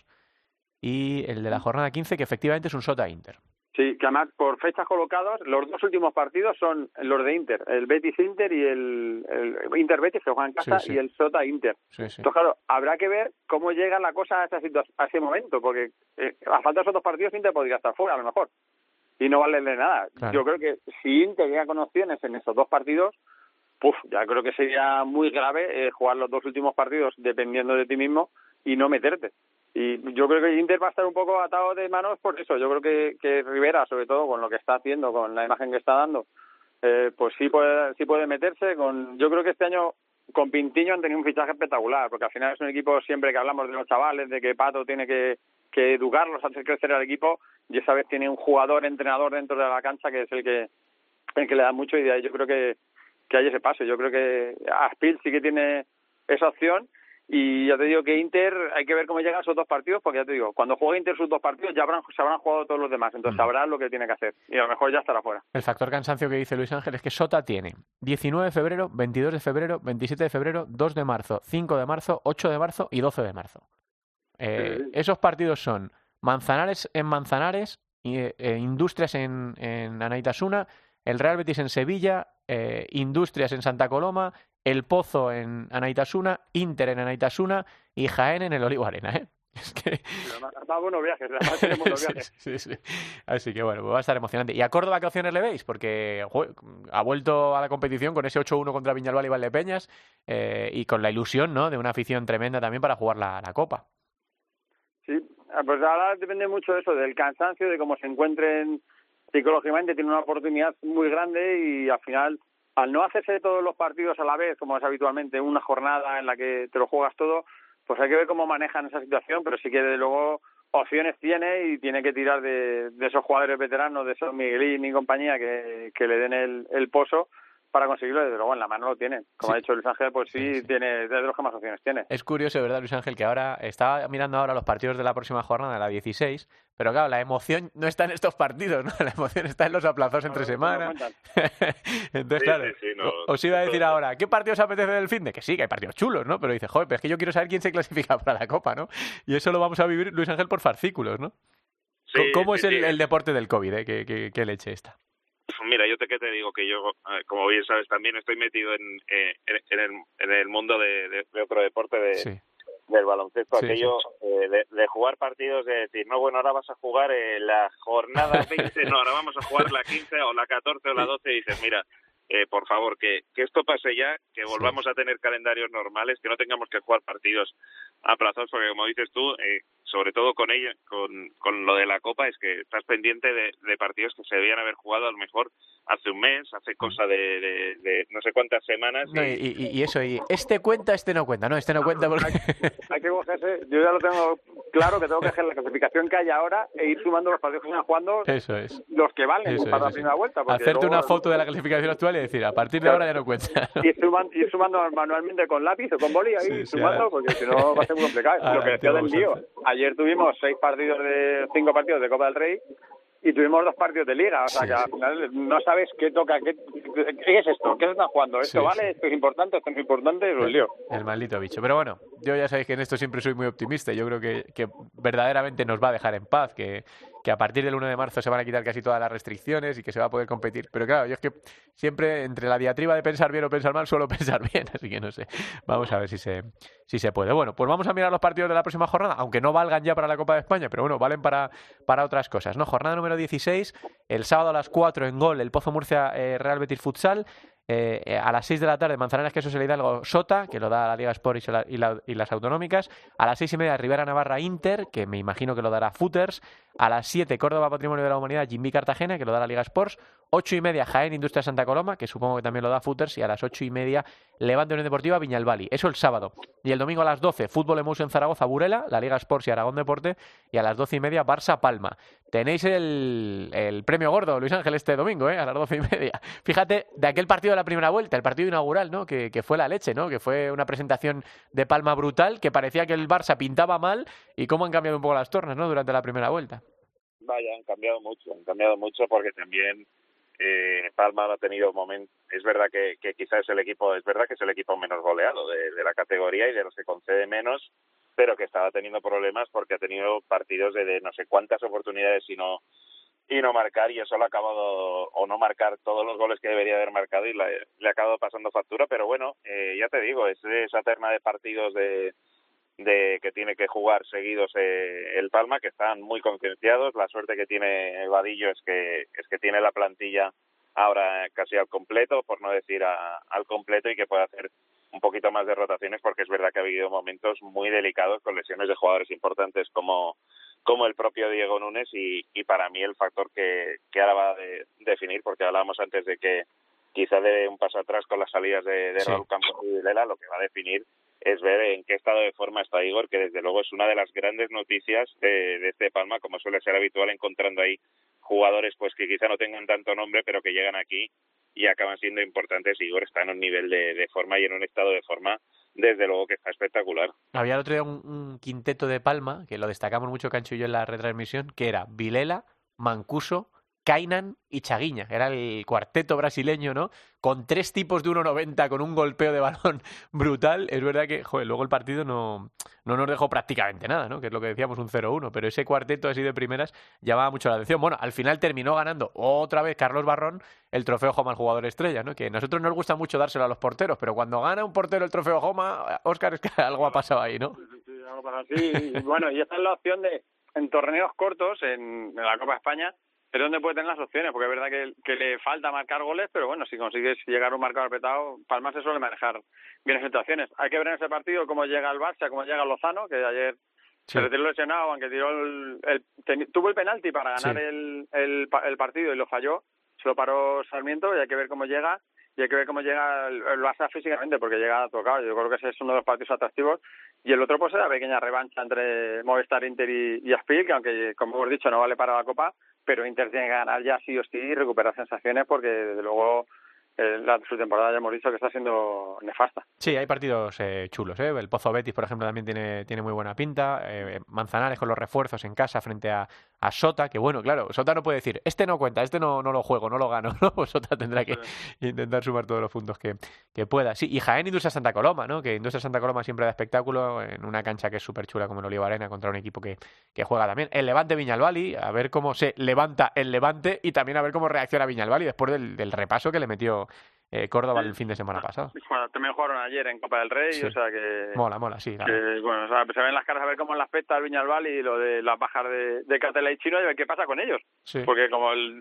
y el de la jornada quince, que efectivamente es un Sota Inter. Sí, que además por fechas colocados, los dos últimos partidos son los de Inter, el Betis Inter y el, el Inter Betis, que juegan en casa, sí, sí. y el Sota Inter. Sí, sí. Entonces, claro, habrá que ver cómo llega la cosa a, esa situa- a ese momento, porque eh, a falta de esos dos partidos Inter podría estar fuera, a lo mejor, y no valerle nada. Claro. Yo creo que si Inter llega con opciones en esos dos partidos, puf, ya creo que sería muy grave eh, jugar los dos últimos partidos dependiendo de ti mismo y no meterte. Y yo creo que Inter va a estar un poco atado de manos por eso. Yo creo que, que Rivera, sobre todo con lo que está haciendo, con la imagen que está dando, eh, pues sí puede, sí puede meterse. Con, yo creo que este año con Pintiño han tenido un fichaje espectacular, porque al final es un equipo, siempre que hablamos de los chavales, de que Pato tiene que, que educarlos, hacer crecer al equipo, y esa vez tiene un jugador, entrenador dentro de la cancha que es el que, el que le da mucho, y de ahí yo creo que, que hay ese paso. Yo creo que Aspil sí que tiene esa opción. Y ya te digo que Inter, hay que ver cómo llegan esos dos partidos, porque ya te digo, cuando juegue Inter sus dos partidos ya habrán, se habrán jugado todos los demás, entonces mm. sabrán lo que tiene que hacer y a lo mejor ya estará fuera. El factor cansancio que dice Luis Ángel es que Sota tiene diecinueve de febrero, veintidós de febrero, veintisiete de febrero, dos de marzo, cinco de marzo, ocho de marzo y doce de marzo. Eh, sí. Esos partidos son Manzanares en Manzanares, eh, eh, Industrias en, en Anaitasuna, el Real Betis en Sevilla, eh, Industrias en Santa Coloma, El Pozo en Anaitasuna, Inter en Anaitasuna y Jaén en el Olivo Arena, ¿eh? Es que... Va buenos viajes, además tenemos buenos viajes. sí, sí, sí. Así que bueno, pues va a estar emocionante. ¿Y a Córdoba qué opciones le veis? Porque joder, ha vuelto a la competición con ese ocho uno contra Viñalbal y Valdepeñas eh, y con la ilusión, ¿no?, de una afición tremenda también para jugar la, la Copa. Sí, pues ahora depende mucho de eso, del cansancio, de cómo se encuentren psicológicamente. Tiene una oportunidad muy grande y al final, al no hacerse todos los partidos a la vez, como es habitualmente una jornada en la que te lo juegas todo, pues hay que ver cómo manejan esa situación, pero sí que desde luego opciones tiene y tiene que tirar de, de esos jugadores veteranos, de esos Miguelín y compañía que, que le den el, el pozo para conseguirlo. Desde luego en la mano lo tiene. Como sí. ha dicho Luis Ángel, pues sí, sí, sí. tiene de los que más opciones tiene. Es curioso, ¿verdad, Luis Ángel? Que ahora estaba mirando ahora los partidos de la próxima jornada, de la dieciséis, pero claro, la emoción no está en estos partidos, ¿no? La emoción está en los aplazados entre no, semana. No Entonces, sí, claro, sí, sí, no, os iba a decir ahora, ¿qué partidos apetece del fin de? Que sí, que hay partidos chulos, ¿no? Pero dice, joder, pero es que yo quiero saber quién se clasifica para la Copa, ¿no? Y eso lo vamos a vivir, Luis Ángel, por fascículos, ¿no? Sí, ¿Cómo sí, es el, sí. el deporte del COVID, eh? ¿Qué, qué, qué leche está? Mira, yo te que te digo que yo, como bien sabes, también estoy metido en, eh, en, el, en el mundo de, de, de otro deporte, de, sí. del baloncesto, sí, aquello sí. Eh, de, de jugar partidos, de decir, no, bueno, ahora vas a jugar eh, la jornada veinte, no, ahora vamos a jugar la quince o la catorce o la doce, y dices, mira, eh, por favor, que, que esto pase ya, que volvamos sí. a tener calendarios normales, que no tengamos que jugar partidos aplazados, porque como dices tú, eh, sobre todo con ella, con, con lo de la Copa, es que estás pendiente de, de partidos que se debían haber jugado a lo mejor hace un mes, hace cosa de, de, de no sé cuántas semanas. No, y, y, y eso, y este cuenta, este no cuenta, no, este no cuenta porque... Hay, hay que cogerse, yo ya lo tengo claro, que tengo que coger la clasificación que hay ahora e ir sumando los partidos que están jugando, eso es. los que valen eso para es, la primera es. vuelta. Hacerte luego, una foto de la clasificación actual y decir, a partir de ahora ya no cuenta. Y ir sumando, ir sumando manualmente con lápiz o con boli ahí, sí, sí, sumando, ahora... porque si no va a ser muy complicado. Ahora, lo que decía del lío, ayer tuvimos seis partidos de, cinco partidos de Copa del Rey, y tuvimos dos partidos de Liga, o sea sí, que al final no sabes qué toca, qué, qué es esto, qué se están jugando, esto sí, vale, sí. esto es importante, esto no es importante, es un lío. El maldito bicho. Pero bueno, yo ya sabéis que en esto siempre soy muy optimista y yo creo que, que verdaderamente nos va a dejar en paz, que, que a partir del uno de marzo se van a quitar casi todas las restricciones y que se va a poder competir. Pero claro, yo es que siempre entre la diatriba de pensar bien o pensar mal suelo pensar bien, así que no sé, vamos a ver si se, si se puede. Bueno, pues vamos a mirar los partidos de la próxima jornada, aunque no valgan ya para la Copa de España, pero bueno, valen para, para otras cosas, ¿no? Jornada número dieciséis, el sábado a las cuatro en Gol, el Pozo Murcia eh, Real Betis Futsal. Eh, eh, a las seis de la tarde Manzanares Quesos el Hidalgo Sota, que lo da la Liga Sport y, la, y, la, y las autonómicas. A las seis y media Rivera Navarra Inter, que me imagino que lo dará Footers. A las siete Córdoba Patrimonio de la Humanidad Jimmy Cartagena, que lo da la Liga Sports. Ocho y media Jaén Industria Santa Coloma, que supongo que también lo da Footers. Y a las ocho y media Levante Unión Deportiva Viñalbal. Eso el sábado. Y el domingo a las doce Fútbol Emotion Zaragoza Burela, la Liga Sports y Aragón Deporte. Y a las doce y media Barça Palma. Tenéis el, el premio gordo, Luis Ángel, este domingo, ¿eh? A las doce y media. Fíjate, de aquel partido de la primera vuelta, el partido inaugural, ¿no? Que, que fue la leche, ¿no? Que fue una presentación de Palma brutal, que parecía que el Barça pintaba mal y cómo han cambiado un poco las tornas, ¿no? Durante la primera vuelta. Vaya, han cambiado mucho, han cambiado mucho porque también eh, Palma ha tenido momentos. Es verdad que, que quizás es el equipo, es verdad que es el equipo menos goleado de, de la categoría y de los que concede menos, pero que estaba teniendo problemas porque ha tenido partidos de, de no sé cuántas oportunidades y no y no marcar, y eso le ha acabado, o no marcar todos los goles que debería haber marcado, y le, le ha acabado pasando factura. Pero bueno, eh, ya te digo, es esa terna de partidos de, de que tiene que jugar seguidos eh, el Palma, que están muy concienciados. La suerte que tiene el Vadillo es que es que tiene la plantilla ahora casi al completo, por no decir a, al completo, y que puede hacer un poquito más de rotaciones, porque es verdad que ha habido momentos muy delicados con lesiones de jugadores importantes como como el propio Diego Núñez, y, y para mí el factor que, que ahora va a de, definir, porque hablábamos antes de que quizá dé un paso atrás con las salidas de, de sí. Raúl Campos y Vilela, lo que va a definir es ver en qué estado de forma está Igor, que desde luego es una de las grandes noticias de, de este Palma, como suele ser habitual, encontrando ahí jugadores pues que quizá no tengan tanto nombre, pero que llegan aquí y acaban siendo importantes. Igor está en un nivel de, de forma y en un estado de forma desde luego que está espectacular. Había el otro día un, un quinteto de Palma, que lo destacamos mucho Cancho y yo en la retransmisión, que era Vilela, Mancuso, Kainan y Chaguiña. Era el cuarteto brasileño, ¿no? Con tres tipos de uno noventa, con un golpeo de balón brutal. Es verdad que, joder, luego el partido no, no nos dejó prácticamente nada, ¿no? Que es lo que decíamos, un cero uno. Pero ese cuarteto así de primeras llamaba mucho la atención. Bueno, al final terminó ganando otra vez Carlos Barrón el trofeo Joma al jugador estrella, ¿no? Que a nosotros nos gusta mucho dárselo a los porteros, pero cuando gana un portero el trofeo Joma, Óscar, es que algo ha pasado ahí, ¿no? Sí, sí, algo pasa así. Y bueno, y esta es la opción de, en torneos cortos, en, en la Copa de España, es donde puede tener las opciones, porque es verdad que, que le falta marcar goles, pero bueno, si consigues llegar a un marcador apretado, Palma se suele manejar bien en situaciones. Hay que ver en ese partido cómo llega el Barça, cómo llega Lozano, que ayer sí. se retiró lesionado, aunque tiró el, el, ten, tuvo el penalti para ganar sí. el, el, el partido y lo falló, se lo paró Sarmiento, y hay que ver cómo llega, y hay que ver cómo llega el, el Barça físicamente, porque llega tocado. Yo creo que ese es uno de los partidos atractivos. Y el otro pues es la pequeña revancha entre Movistar, Inter y, y Aspil, que aunque, como hemos dicho, no vale para la Copa, pero Inter tiene que ganar ya sí o sí y recuperar sensaciones, porque desde luego eh, la, su temporada ya hemos dicho que está siendo nefasta. Sí, hay partidos eh, chulos, ¿eh? El Pozo Betis, por ejemplo, también tiene, tiene muy buena pinta. Eh, Manzanares con los refuerzos en casa frente a, a Sota, que bueno, claro, Sota no puede decir, este no cuenta, este no, no lo juego, no lo gano, ¿no? Pues Sota tendrá que sí. intentar sumar todos los puntos que, que pueda. Sí, y Jaén Industria Santa Coloma, ¿no? Que Industria Santa Coloma siempre da espectáculo en una cancha que es súper chula como en Oliva Arena contra un equipo que, que juega también. El Levante Viñalbali, a ver cómo se levanta el Levante y también a ver cómo reacciona Viñalbali después del, del repaso que le metió Eh, Córdoba sí. el fin de semana pasado. Bueno, también jugaron ayer en Copa del Rey, sí. o sea que... Mola, mola, sí. Que, bueno, o sea, se ven las caras a ver cómo le afecta al Viñalbal y lo de las bajas de, de Catela y Chino y a ver qué pasa con ellos. Sí. Porque como el,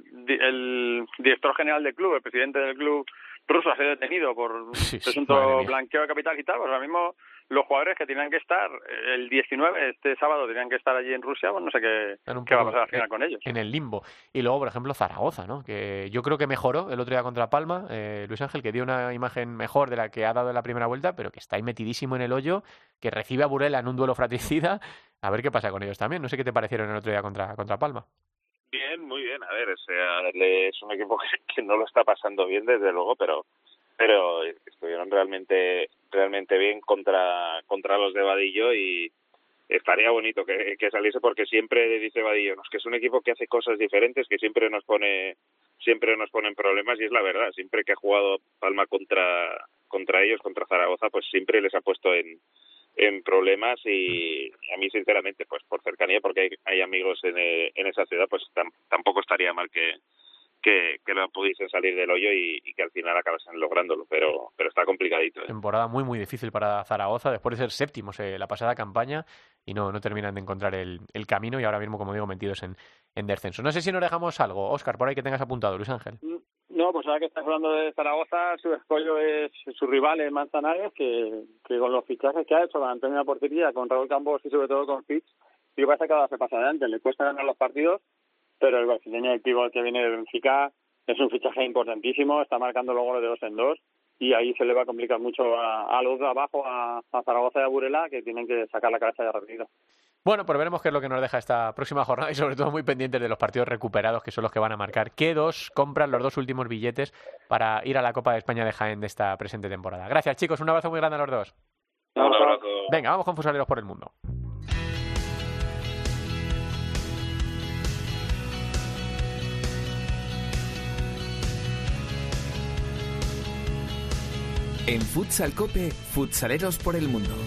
el director general del club, el presidente del club ruso ha sido detenido por sí, presunto sí, blanqueo de capital y tal, pues ahora mismo los jugadores que tenían que estar el diecinueve, este sábado, tenían que estar allí en Rusia, pues no sé qué, qué va a pasar al final en, con ellos. En el limbo. Y luego, por ejemplo, Zaragoza, ¿no? Que yo creo que mejoró el otro día contra Palma, eh, Luis Ángel, que dio una imagen mejor de la que ha dado en la primera vuelta, pero que está ahí metidísimo en el hoyo, que recibe a Burela en un duelo fratricida. A ver qué pasa con ellos también. No sé qué te parecieron el otro día contra, contra Palma. Bien, muy bien. A ver, o sea, es un equipo que, que no lo está pasando bien, desde luego, pero pero estuvieron realmente realmente bien contra contra los de Vadillo y estaría bonito que, que saliese, porque siempre dice Vadillo, no, es que es un equipo que hace cosas diferentes, que siempre nos pone siempre nos ponen problemas, y es la verdad. Siempre que ha jugado Palma contra contra ellos, contra Zaragoza, pues siempre les ha puesto en en problemas, y a mí sinceramente, pues por cercanía, porque hay, hay amigos en, en esa ciudad, pues tam, tampoco estaría mal que Que, que no pudiesen salir del hoyo y, y que al final acabasen lográndolo, pero pero está complicadito, ¿eh? Temporada muy muy difícil para Zaragoza después de ser séptimos eh, la pasada campaña, y no no terminan de encontrar el, el camino, y ahora mismo, como digo, metidos en, en descenso. No sé si nos dejamos algo, Óscar, por ahí que tengas apuntado, Luis Ángel. No, pues ahora que estás hablando de Zaragoza, su escollo es su rival, el Manzanares, que, que con los fichajes que ha hecho, con Antonio Portería, con Raúl Campos y sobre todo con Fitch, y parece que cada vez se pasa adelante, le cuesta ganar los partidos, pero el brasileño, el pívot que viene de Benfica, es un fichaje importantísimo, está marcando los goles de dos en dos, y ahí se le va a complicar mucho a, a los de abajo, a, a Zaragoza y a Burela, que tienen que sacar la cabeza ya rápido. Bueno, pues veremos qué es lo que nos deja esta próxima jornada, y sobre todo muy pendientes de los partidos recuperados, que son los que van a marcar qué dos compran los dos últimos billetes para ir a la Copa de España de Jaén de esta presente temporada. Gracias, chicos, un abrazo muy grande a los dos. Un abrazo. Venga, vamos con Futsaleros por el Mundo. En Futsal Cope, Futsaleros por el Mundo.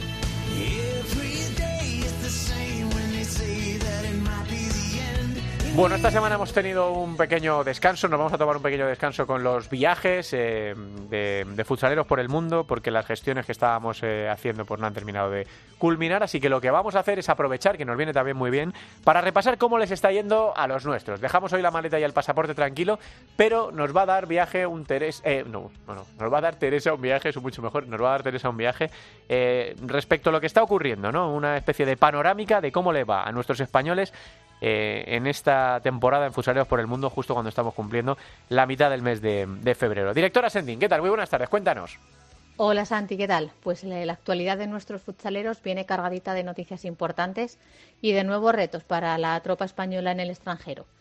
Bueno, esta semana hemos tenido un pequeño descanso, nos vamos a tomar un pequeño descanso con los viajes eh, de, de futsaleros por el mundo, porque las gestiones que estábamos eh, haciendo pues no han terminado de culminar, así que lo que vamos a hacer es aprovechar, que nos viene también muy bien, para repasar cómo les está yendo a los nuestros. Dejamos hoy la maleta y el pasaporte tranquilo, pero nos va a dar viaje un Teresa, eh, no, no, no, nos va a dar Teresa un viaje, eso mucho mejor, nos va a dar Teresa un viaje eh, respecto a lo que está ocurriendo, ¿no? Una especie de panorámica de cómo le va a nuestros españoles Eh, en esta temporada en Futsaleros por el Mundo, justo cuando estamos cumpliendo la mitad del mes de, de febrero. Directora Sendín, ¿qué tal? Muy buenas tardes, cuéntanos. Hola Santi, ¿qué tal? Pues la actualidad de nuestros futsaleros viene cargadita de noticias importantes y de nuevos retos para la tropa española en el extranjero.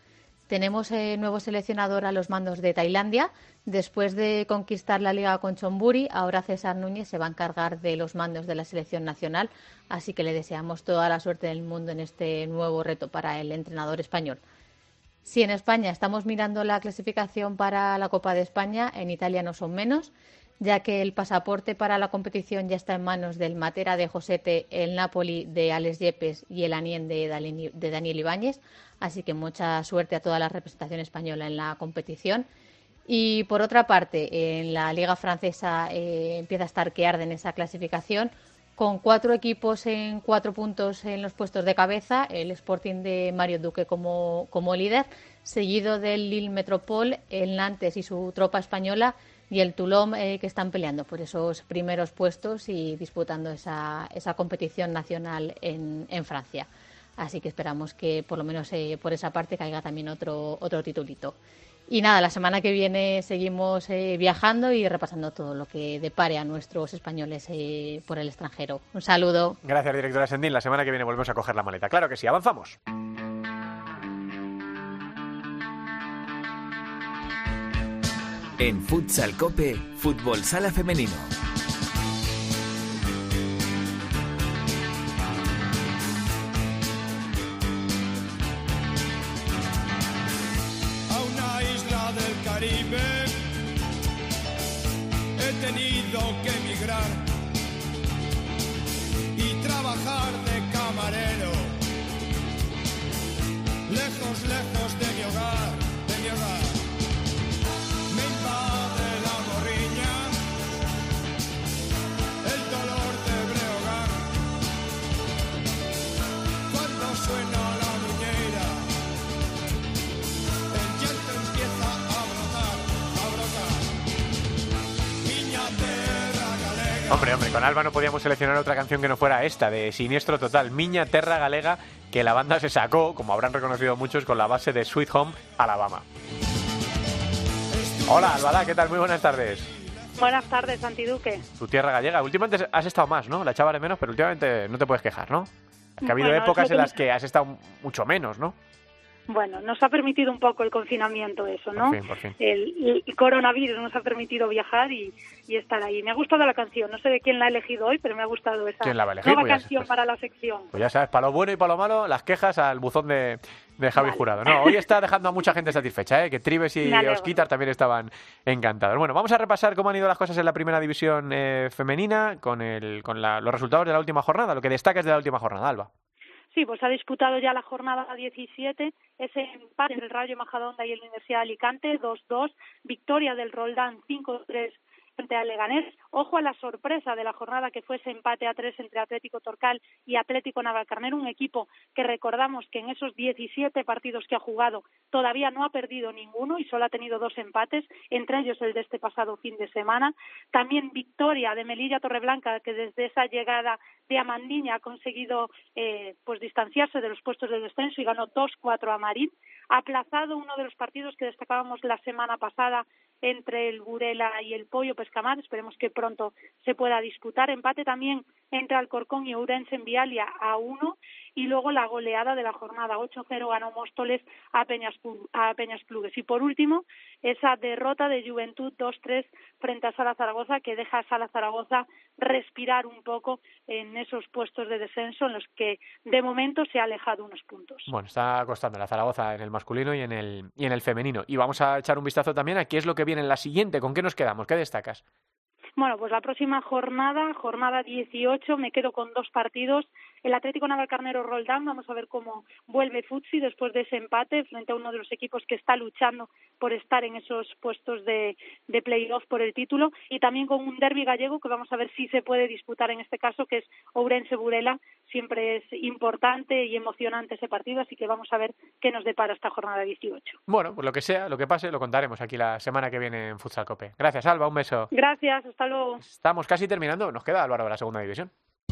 Tenemos eh, nuevo seleccionador a los mandos de Tailandia. Después de conquistar la Liga con Chonburi, ahora César Núñez se va a encargar de los mandos de la selección nacional, así que le deseamos toda la suerte del mundo en este nuevo reto para el entrenador español. Si en España estamos mirando la clasificación para la Copa de España, en Italia no son menos, ya que el pasaporte para la competición ya está en manos del Matera de Josete, el Napoli de Alex Yepes y el Anién de Daniel Ibáñez, así que mucha suerte a toda la representación española en la competición. Y por otra parte, en la Liga Francesa eh, empieza a estar que arde en esa clasificación, con cuatro equipos en cuatro puntos en los puestos de cabeza, el Sporting de Mario Duque como, como líder, seguido del Lille Metropole, el Nantes y su tropa española y el Toulon eh, que están peleando por esos primeros puestos y disputando esa, esa competición nacional en, en Francia. Así que esperamos que por lo menos eh, por esa parte caiga también otro, otro titulito. Y nada, la semana que viene seguimos eh, viajando y repasando todo lo que depare a nuestros españoles eh, por el extranjero. Un saludo. Gracias, directora Sendín. La semana que viene volvemos a coger la maleta. Claro que sí, avanzamos. En Futsal Cope, Fútbol Sala Femenino. He tenido que emigrar y trabajar de camarero, lejos, lejos de mi hogar, de mi hogar. Me invade la morriña, el dolor de Breogán, cuando suena la muñeira, el llanto empieza a brotar, a brotar. Hombre, hombre, con Alba no podíamos seleccionar otra canción que no fuera esta, de Siniestro Total, Miña Terra Galega, que la banda se sacó, como habrán reconocido muchos, con la base de Sweet Home Alabama. Hola, Albalá, ¿qué tal? Muy buenas tardes. Buenas tardes, Santi Duque. Tu tierra gallega. Últimamente has estado más, ¿no? La echaba de menos, pero últimamente no te puedes quejar, ¿no? Que ha habido Bueno, épocas es lo en que las que has estado mucho menos, ¿no? Bueno, nos ha permitido un poco el confinamiento eso, ¿no? Por fin, por fin. El, el coronavirus nos ha permitido viajar y, y estar ahí. Me ha gustado la canción, no sé de quién la ha elegido hoy, pero me ha gustado esa ¿Quién la va a elegir? nueva Pues ya- canción pues- para la sección. Pues ya sabes, para lo bueno y para lo malo, las quejas al buzón de, de Javi Vale. Jurado. No, hoy está dejando a mucha gente satisfecha, ¿eh? Que Tribes y Me alegro. Osquitar también estaban encantados. Bueno, vamos a repasar cómo han ido las cosas en la primera división eh, femenina con, el, con la- los resultados de la última jornada, lo que destacas de la última jornada, Alba. Sí, pues ha disputado ya la jornada diecisiete, ese empate entre el Rayo Majadahonda y el Universidad de Alicante, dos dos, victoria del Roldán cinco tres frente al Leganés. Ojo a la sorpresa de la jornada, que fue ese empate a tres entre Atlético Torcal y Atlético Navalcarnero, un equipo que recordamos que en esos diecisiete partidos que ha jugado todavía no ha perdido ninguno y solo ha tenido dos empates, entre ellos el de este pasado fin de semana. También victoria de Melilla Torreblanca, que desde esa llegada de Amandiña ha conseguido eh, pues distanciarse de los puestos de descenso y ganó dos cuatro a Marín. Ha aplazado uno de los partidos que destacábamos la semana pasada entre el Burela y el Pollo Pescamar, esperemos que pronto se pueda disputar. Empate también entre Alcorcón y Ourense en Vialia a uno, y luego la goleada de la jornada, ocho cero ganó Móstoles a Peñas, a Peñas Clubes. Y por último, esa derrota de Juventud dos tres frente a Sala Zaragoza, que deja a Sala Zaragoza respirar un poco en esos puestos de descenso en los que de momento se ha alejado unos puntos. Bueno, está costando la Zaragoza en el masculino y en el, y en el femenino. Y vamos a echar un vistazo también a qué es lo que viene en la siguiente. ¿Con qué nos quedamos? ¿Qué destacas? Bueno, pues la próxima jornada, jornada dieciocho, me quedo con dos partidos. El Atlético Navalcarnero Roldán, vamos a ver cómo vuelve Futsi después de ese empate frente a uno de los equipos que está luchando por estar en esos puestos de, de play-off por el título, y también con un derbi gallego que vamos a ver si se puede disputar en este caso, que es Ourense-Burela. Siempre es importante y emocionante ese partido, así que vamos a ver qué nos depara esta jornada dieciocho. Bueno, pues lo que sea, lo que pase, lo contaremos aquí la semana que viene en Futsal Cope. Gracias, Alba, un beso. Gracias, hasta luego. Estamos casi terminando, nos queda Álvaro de la segunda división.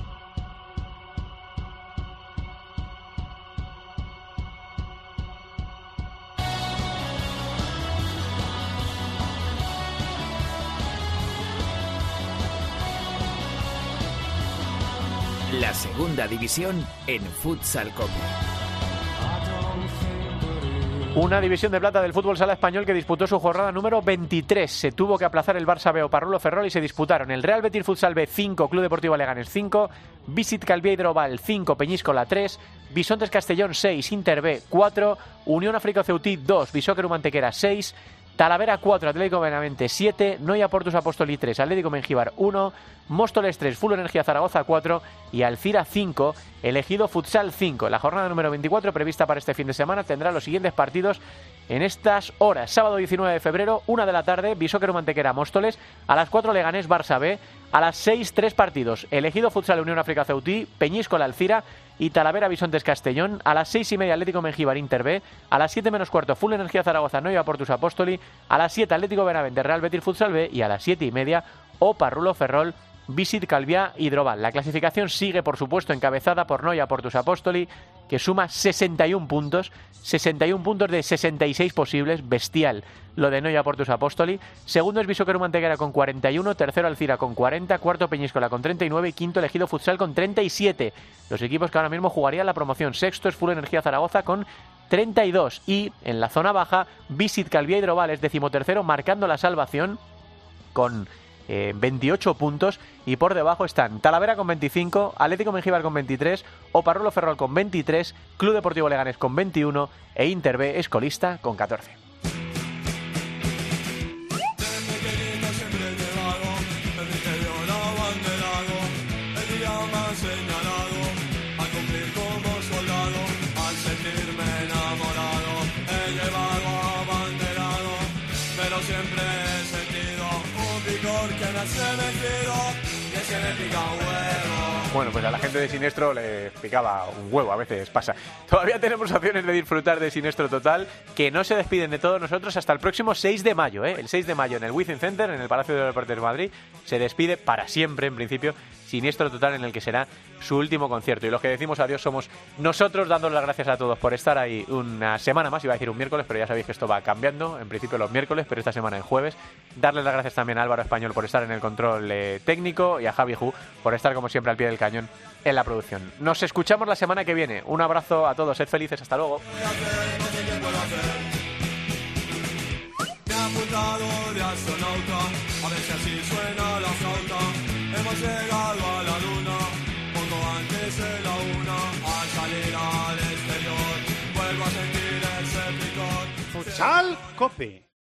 La segunda división en Futsal Cope. Una división de plata del fútbol sala español que disputó su jornada número veintitrés. Se tuvo que aplazar el Barça B o Parrulo Ferrol y se disputaron el Real Betis Futsal B cinco, Club Deportivo Leganés cinco, Visit Calviá Hidrobal cinco, Peñíscola tres, Bisontes Castellón seis, Inter B cuatro, Unión África Ceutí dos, Bisóqueru Mantequera seis, Talavera cuatro, Atlético Benavente siete, Noia Portus Apóstoli tres, Atlético Mengíbar uno, Móstoles tres, Full Energía Zaragoza cuatro y Alcira cinco, Elegido Futsal cinco. La jornada número veinticuatro prevista para este fin de semana tendrá los siguientes partidos en estas horas. Sábado diecinueve de febrero, una de la tarde, Bisóqueru Mantequera Móstoles, a las cuatro Leganés Barça B, a las seis tres partidos, Elegido Futsal Unión África Ceutí, Peñíscola Alcira y Talavera Bisontes Castellón, a las seis y media Atlético Mengíbar Inter B, a las siete menos cuarto Full Energía Zaragoza Noia Portus Apóstoli, a las siete Atlético Benavente Real Betis Futsal B y a las siete y media O Parrulo Ferrol Visit Calviá Hidrobal. La clasificación sigue, por supuesto, encabezada por Noia Portus Apóstoli, que suma sesenta y un puntos, sesenta y un puntos de sesenta y seis posibles, bestial lo de Noia Portus Apóstoli. Segundo es Bisóqueru Mantequera con cuarenta y uno, tercero Alcira con cuarenta, cuarto Peñíscola con treinta y nueve y quinto Elegido Futsal con treinta y siete. Los equipos que ahora mismo jugarían la promoción. Sexto es Full Energía Zaragoza con treinta y dos y en la zona baja Visit Calviá Hidrobal es decimotercero, marcando la salvación con Eh, veintiocho puntos, y por debajo están Talavera con veinticinco, Atlético Mengíbar con veintitrés, O Parrulo Ferrol con veintitrés, Club Deportivo Leganés con veintiuno e Inter B es colista con catorce. Bueno, pues a la gente de Sinestro le picaba un huevo, a veces pasa. Todavía tenemos opciones de disfrutar de Sinestro Total, que no se despiden de todos nosotros hasta el próximo seis de mayo, ¿eh? El seis de mayo en el Wizzing Center, en el Palacio de los Deportes de Madrid, se despide para siempre, en principio, Sinestro Total, en el que será su último concierto. Y los que decimos adiós somos nosotros, dándoles las gracias a todos por estar ahí una semana más. Iba a decir un miércoles, pero ya sabéis que esto va cambiando. En principio los miércoles, pero esta semana en jueves. Darles las gracias también a Álvaro Español por estar en el control eh, técnico y a Javi Ju por estar, como siempre, al pie del cañón en la producción. Nos escuchamos la semana que viene. Un abrazo a todos, sed felices, hasta luego. Hemos llegado a la luna, poco antes de la una. Al salir al exterior, vuelvo a sentir ese picor. Futsal Cope.